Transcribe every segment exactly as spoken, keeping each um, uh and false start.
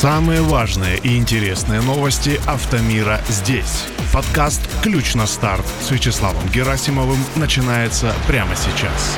Самые важные и интересные новости автомира здесь. Подкаст «Ключ на старт» с Вячеславом Герасимовым начинается прямо сейчас.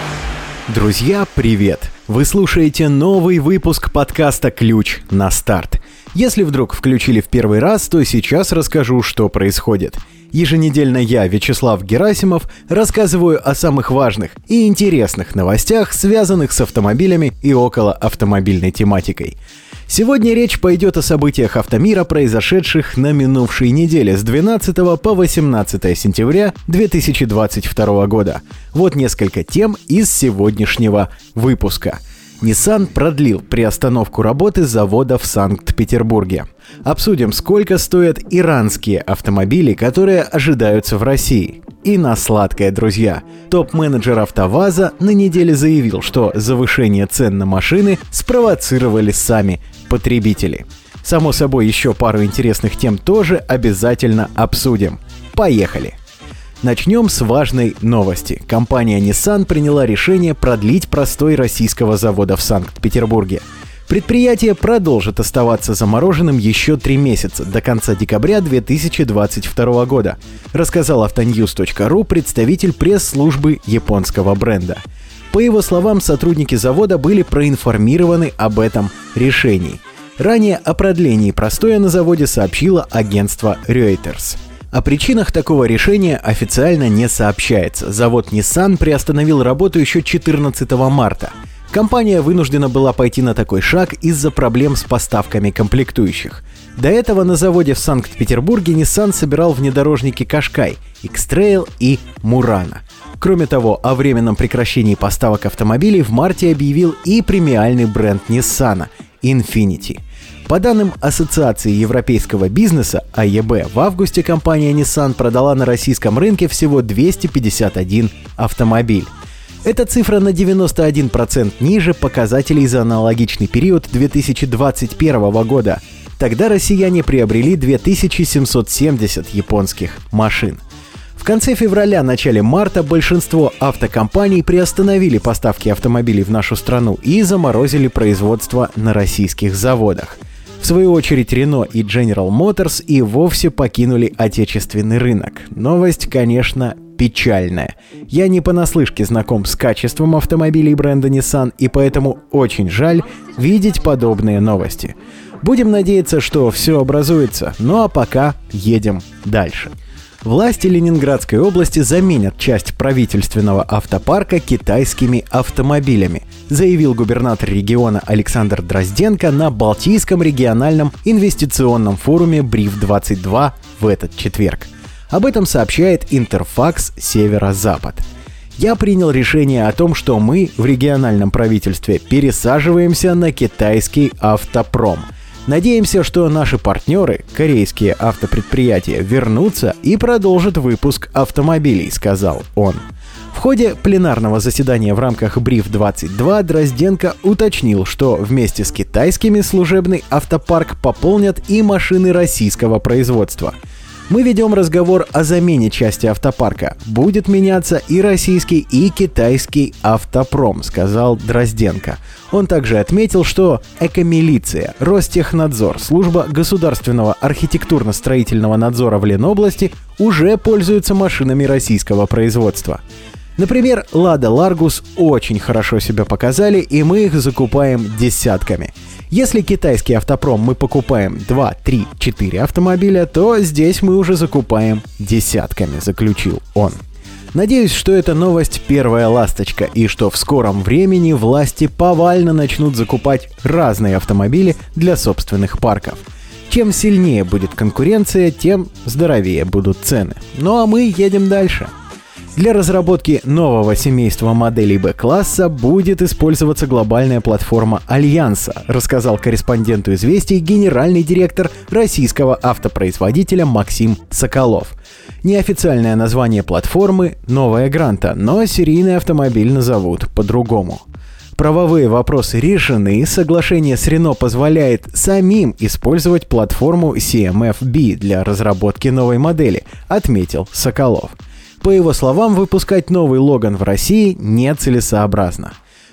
Друзья, привет! Вы слушаете новый выпуск подкаста «Ключ на старт». Если вдруг включили в первый раз, то сейчас расскажу, что происходит. Еженедельно я, Вячеслав Герасимов, рассказываю о самых важных и интересных новостях, связанных с автомобилями и около автомобильной тематикой. Сегодня речь пойдет о событиях автомира, произошедших на минувшей неделе с двенадцатого по восемнадцатое сентября две тысячи двадцать второго года. Вот несколько тем из сегодняшнего выпуска. Nissan продлил приостановку работы завода в Санкт-Петербурге. Обсудим, сколько стоят иранские автомобили, которые ожидаются в России. И на сладкое, друзья. Топ-менеджер АвтоВАЗа на неделе заявил, что завышение цен на машины спровоцировали сами потребители. Само собой, еще пару интересных тем тоже обязательно обсудим. Поехали! Начнем с важной новости. Компания Nissan приняла решение продлить простой российского завода в Санкт-Петербурге. Предприятие продолжит оставаться замороженным еще три месяца, до конца декабря две тысячи двадцать второго года, рассказал автоньюз точка ру представитель пресс-службы японского бренда. По его словам, сотрудники завода были проинформированы об этом решении. Ранее о продлении простоя на заводе сообщило агентство Reuters. О причинах такого решения официально не сообщается. Завод Nissan приостановил работу еще четырнадцатого марта. Компания вынуждена была пойти на такой шаг из-за проблем с поставками комплектующих. До этого на заводе в Санкт-Петербурге Nissan собирал внедорожники Qashqai, X-Trail и Murano. Кроме того, о временном прекращении поставок автомобилей в марте объявил и премиальный бренд Nissan – Infiniti. По данным Ассоциации европейского бизнеса а е бэ, в августе компания Nissan продала на российском рынке всего двести пятьдесят один автомобиль. Эта цифра на девяносто один процент ниже показателей за аналогичный период две тысячи двадцать первого года. Тогда россияне приобрели две тысячи семьсот семьдесят японских машин. В конце февраля-начале марта большинство автокомпаний приостановили поставки автомобилей в нашу страну и заморозили производство на российских заводах. В свою очередь, Renault и General Motors и вовсе покинули отечественный рынок. Новость, конечно, печальная. Я не понаслышке знаком с качеством автомобилей бренда Nissan, и поэтому очень жаль видеть подобные новости. Будем надеяться, что все образуется, ну а пока едем дальше. Власти Ленинградской области заменят часть правительственного автопарка китайскими автомобилями, заявил губернатор региона Александр Дрозденко на Балтийском региональном инвестиционном форуме Бриф двадцать два в этот четверг. Об этом сообщает Интерфакс Северо-Запад. Я принял решение о том, что мы в региональном правительстве пересаживаемся на китайский автопром. Надеемся, что наши партнеры, корейские автопредприятия, вернутся и продолжат выпуск автомобилей, сказал он. В ходе пленарного заседания в рамках Бриф двадцать два Дрозденко уточнил, что вместе с китайскими служебный автопарк пополнят и машины российского производства. Мы ведем разговор о замене части автопарка. Будет меняться и российский, и китайский автопром, сказал Дрозденко. Он также отметил, что Экомилиция, Ростехнадзор, служба государственного архитектурно-строительного надзора в Ленобласти уже пользуются машинами российского производства. Например, Lada Largus очень хорошо себя показали, и мы их закупаем десятками. Если китайский автопром мы покупаем два, три, четыре автомобиля, то здесь мы уже закупаем десятками, заключил он. Надеюсь, что эта новость первая ласточка, и что в скором времени власти повально начнут закупать разные автомобили для собственных парков. Чем сильнее будет конкуренция, тем здоровее будут цены. Ну а мы едем дальше. Для разработки нового семейства моделей Б-класса будет использоваться глобальная платформа Альянса, рассказал корреспонденту «Известий» генеральный директор российского автопроизводителя Максим Соколов. Неофициальное название платформы – «Новая Гранта», но серийный автомобиль назовут по-другому. Правовые вопросы решены, соглашение с Renault позволяет самим использовать платформу си эм эф би для разработки новой модели, отметил Соколов. По его словам, выпускать новый Логан в России нецелесообразно.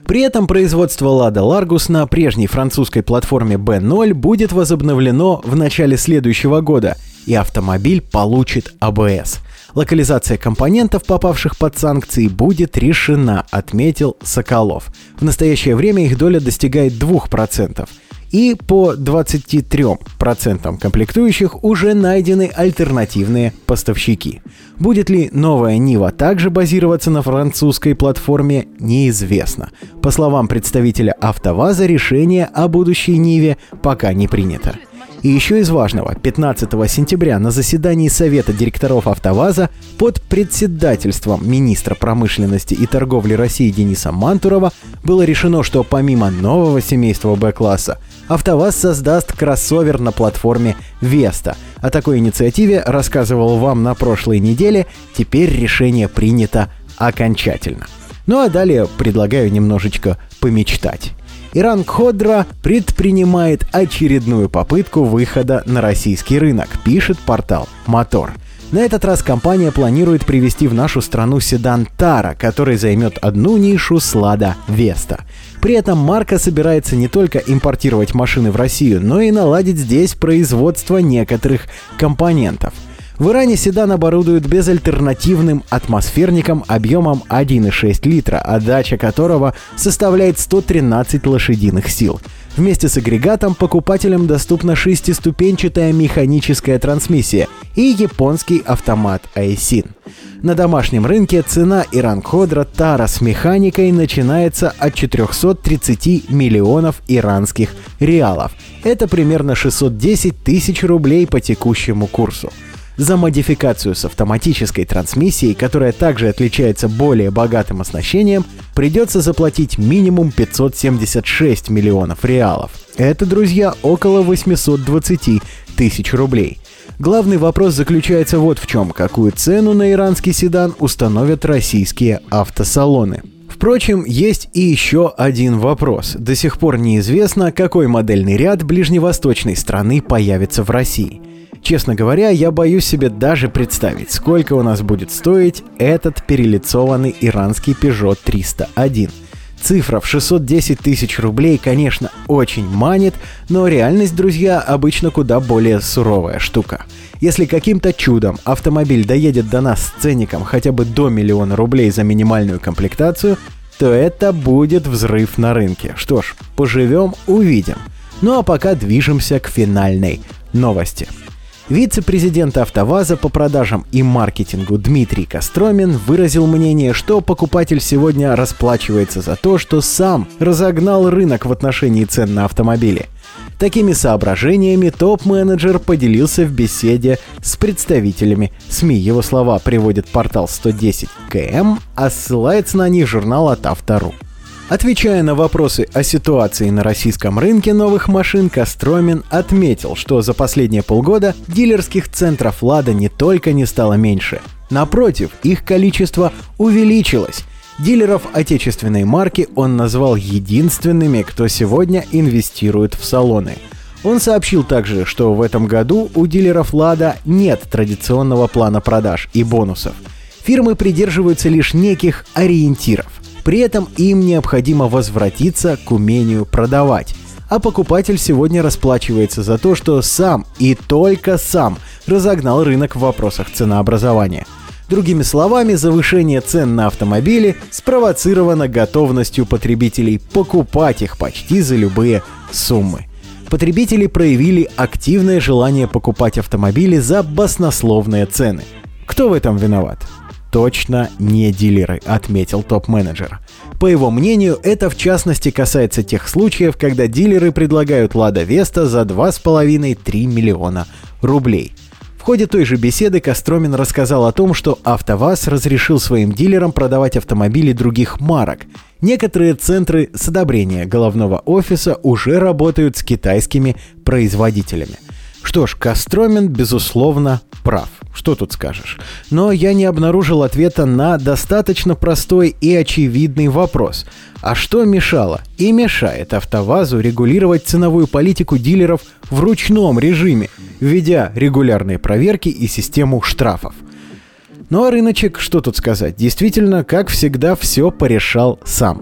При этом производство Lada Largus на прежней французской платформе би ноль будет возобновлено в начале следующего года, и автомобиль получит а бэ эс. Локализация компонентов, попавших под санкции, будет решена, отметил Соколов. В настоящее время их доля достигает двух процентов. И по двадцати трём процентам комплектующих уже найдены альтернативные поставщики. Будет ли новая Нива также базироваться на французской платформе, неизвестно. По словам представителя АвтоВАЗа, решение о будущей Ниве пока не принято. И еще из важного, пятнадцатого сентября на заседании Совета директоров АвтоВАЗа под председательством министра промышленности и торговли России Дениса Мантурова было решено, что помимо нового семейства Б-класса, АвтоВАЗ создаст кроссовер на платформе Веста. О такой инициативе рассказывал вам на прошлой неделе, теперь решение принято окончательно. Ну а далее предлагаю немножечко помечтать. Iran Khodro предпринимает очередную попытку выхода на российский рынок, пишет портал Мотор. На этот раз компания планирует привезти в нашу страну седан Tara, который займет одну нишу с Lada Vesta. При этом марка собирается не только импортировать машины в Россию, но и наладить здесь производство некоторых компонентов. В Иране седан оборудуют безальтернативным атмосферником объемом один и шесть литра, отдача которого составляет сто тринадцать лошадиных сил. Вместе с агрегатом покупателям доступна шестиступенчатая механическая трансмиссия и японский автомат айсин. На домашнем рынке цена Iran Khodro Tara с механикой начинается от четырехсот тридцати миллионов иранских реалов. Это примерно шестьсот десять тысяч рублей по текущему курсу. За модификацию с автоматической трансмиссией, которая также отличается более богатым оснащением, придется заплатить минимум пятьсот семьдесят шесть миллионов реалов. Это, друзья, около восемьсот двадцать тысяч рублей. Главный вопрос заключается вот в чем: какую цену на иранский седан установят российские автосалоны. Впрочем, есть и еще один вопрос. До сих пор неизвестно, какой модельный ряд ближневосточной страны появится в России. Честно говоря, я боюсь себе даже представить, сколько у нас будет стоить этот перелицованный иранский Peugeot триста один. Цифра в шестьсот десять тысяч рублей, конечно, очень манит, но реальность, друзья, обычно куда более суровая штука. Если каким-то чудом автомобиль доедет до нас с ценником хотя бы до миллиона рублей за минимальную комплектацию, то это будет взрыв на рынке. Что ж, поживем, увидим. Ну а пока движемся к финальной новости. Вице-президент АвтоВАЗа по продажам и маркетингу Дмитрий Костромин выразил мнение, что покупатель сегодня расплачивается за то, что сам разогнал рынок в отношении цен на автомобили. Такими соображениями топ-менеджер поделился в беседе с представителями СМИ. Его слова приводит портал сто десять км, а ссылается на них журнал от Авто.ру. Отвечая на вопросы о ситуации на российском рынке новых машин, Костромин отметил, что за последние полгода дилерских центров Lada не только не стало меньше, напротив, их количество увеличилось. Дилеров отечественной марки он назвал единственными, кто сегодня инвестирует в салоны. Он сообщил также, что в этом году у дилеров Lada нет традиционного плана продаж и бонусов. Фирмы придерживаются лишь неких ориентиров. При этом им необходимо возвратиться к умению продавать. А покупатель сегодня расплачивается за то, что сам и только сам разогнал рынок в вопросах ценообразования. Другими словами, завышение цен на автомобили спровоцировано готовностью потребителей покупать их почти за любые суммы. Потребители проявили активное желание покупать автомобили за баснословные цены. Кто в этом виноват? Точно не дилеры, отметил топ-менеджер. По его мнению, это в частности касается тех случаев, когда дилеры предлагают Lada Vesta за два с половиной - три миллиона рублей. В ходе той же беседы Костромин рассказал о том, что АвтоВАЗ разрешил своим дилерам продавать автомобили других марок. Некоторые центры с одобрения головного офиса уже работают с китайскими производителями. Что ж, Костромин, безусловно, прав. Что тут скажешь? Но я не обнаружил ответа на достаточно простой и очевидный вопрос. А что мешало и мешает АвтоВАЗу регулировать ценовую политику дилеров в ручном режиме, введя регулярные проверки и систему штрафов? Ну а рыночек, что тут сказать, действительно, как всегда, все порешал сам.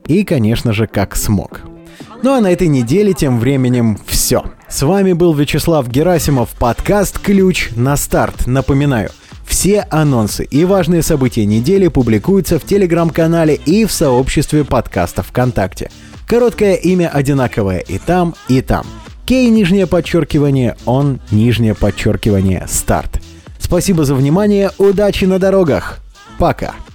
и, конечно же, как смог. Ну а на этой неделе тем временем все. С вами был Вячеслав Герасимов, подкаст «Ключ на старт». Напоминаю, все анонсы и важные события недели публикуются в телеграм-канале и в сообществе подкаста ВКонтакте. Короткое имя одинаковое и там, и там. Кей, нижнее подчеркивание, он, нижнее подчеркивание, старт. Спасибо за внимание, удачи на дорогах. Пока.